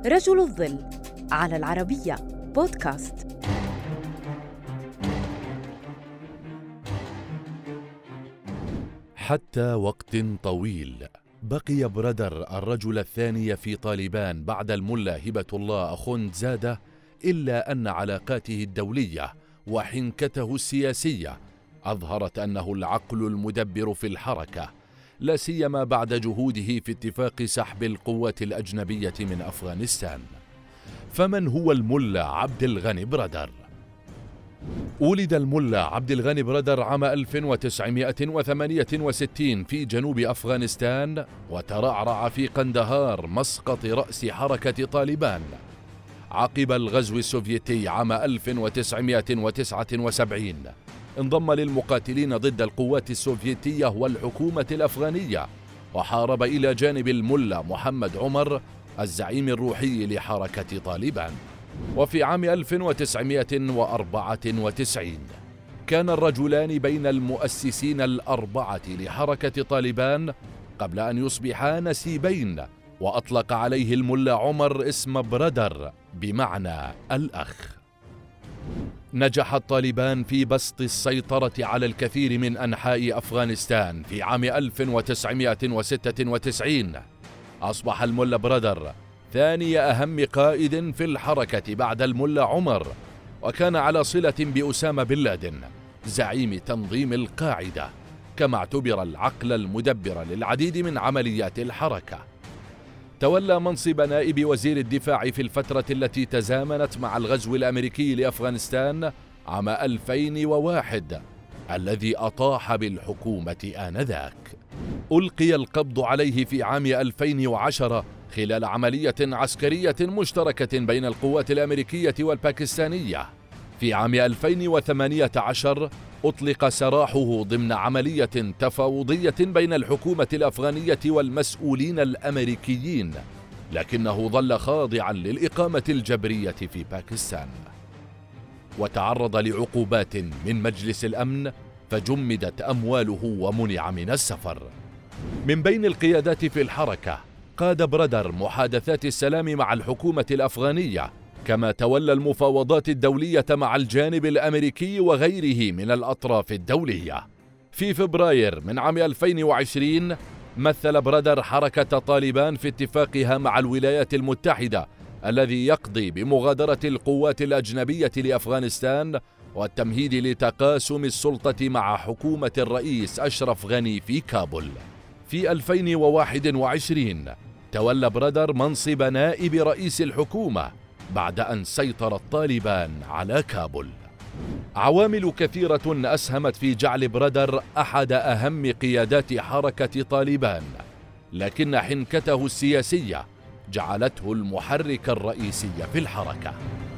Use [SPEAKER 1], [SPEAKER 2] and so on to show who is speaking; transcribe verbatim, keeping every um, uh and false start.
[SPEAKER 1] رجل الظل على العربية بودكاست.
[SPEAKER 2] حتى وقت طويل بقي برادر الرجل الثاني في طالبان بعد الملا هبة الله أخوندزادة، إلا أن علاقاته الدولية وحنكته السياسية أظهرت أنه العقل المدبر في الحركة، لا سيما بعد جهوده في اتفاق سحب القوات الأجنبية من أفغانستان. فمن هو الملا عبد الغني برادر؟ ولد الملا عبد الغني برادر عام ألف وتسعمائة وثمانية وستين في جنوب أفغانستان، وترعرع في قندهار مسقط رأس حركة طالبان. عقب الغزو السوفيتي عام ألف وتسعمائة وتسعة وسبعين انضم للمقاتلين ضد القوات السوفيتية والحكومة الأفغانية، وحارب إلى جانب الملا محمد عمر الزعيم الروحي لحركة طالبان. وفي عام ألف وتسعمائة وأربعة وتسعين كان الرجلان بين المؤسسين الأربعة لحركة طالبان قبل أن يصبحا نسيبين، وأطلق عليه الملا عمر اسم برادر بمعنى الأخ. نجح الطالبان في بسط السيطرة على الكثير من أنحاء أفغانستان. في عام ألف وتسعمائة وستة وتسعين أصبح الملا برادر ثاني أهم قائد في الحركة بعد الملا عمر، وكان على صلة بأسامة بن لادن زعيم تنظيم القاعدة، كما اعتبر العقل المدبر للعديد من عمليات الحركة. تولى منصب نائب وزير الدفاع في الفترة التي تزامنت مع الغزو الأمريكي لأفغانستان عام ألفين وواحد الذي أطاح بالحكومة آنذاك. ألقي القبض عليه في عام ألفين وعشرة خلال عملية عسكرية مشتركة بين القوات الأمريكية والباكستانية. في عام ألفين وثمانية عشر أطلق سراحه ضمن عملية تفاوضية بين الحكومة الأفغانية والمسؤولين الأمريكيين، لكنه ظل خاضعا للإقامة الجبرية في باكستان، وتعرض لعقوبات من مجلس الأمن فجمدت أمواله ومنع من السفر. من بين القيادات في الحركة قاد برادر محادثات السلام مع الحكومة الأفغانية، كما تولى المفاوضات الدولية مع الجانب الأمريكي وغيره من الأطراف الدولية. في فبراير من عام ألفين وعشرين مثل برادر حركة طالبان في اتفاقها مع الولايات المتحدة الذي يقضي بمغادرة القوات الأجنبية لأفغانستان والتمهيد لتقاسم السلطة مع حكومة الرئيس أشرف غني في كابول. في ألفين وواحد وعشرين تولى برادر منصب نائب رئيس الحكومة بعد أن سيطر الطالبان على كابول. عوامل كثيرة أسهمت في جعل برادر أحد أهم قيادات حركة طالبان، لكن حنكته السياسية جعلته المحرك الرئيسي في الحركة.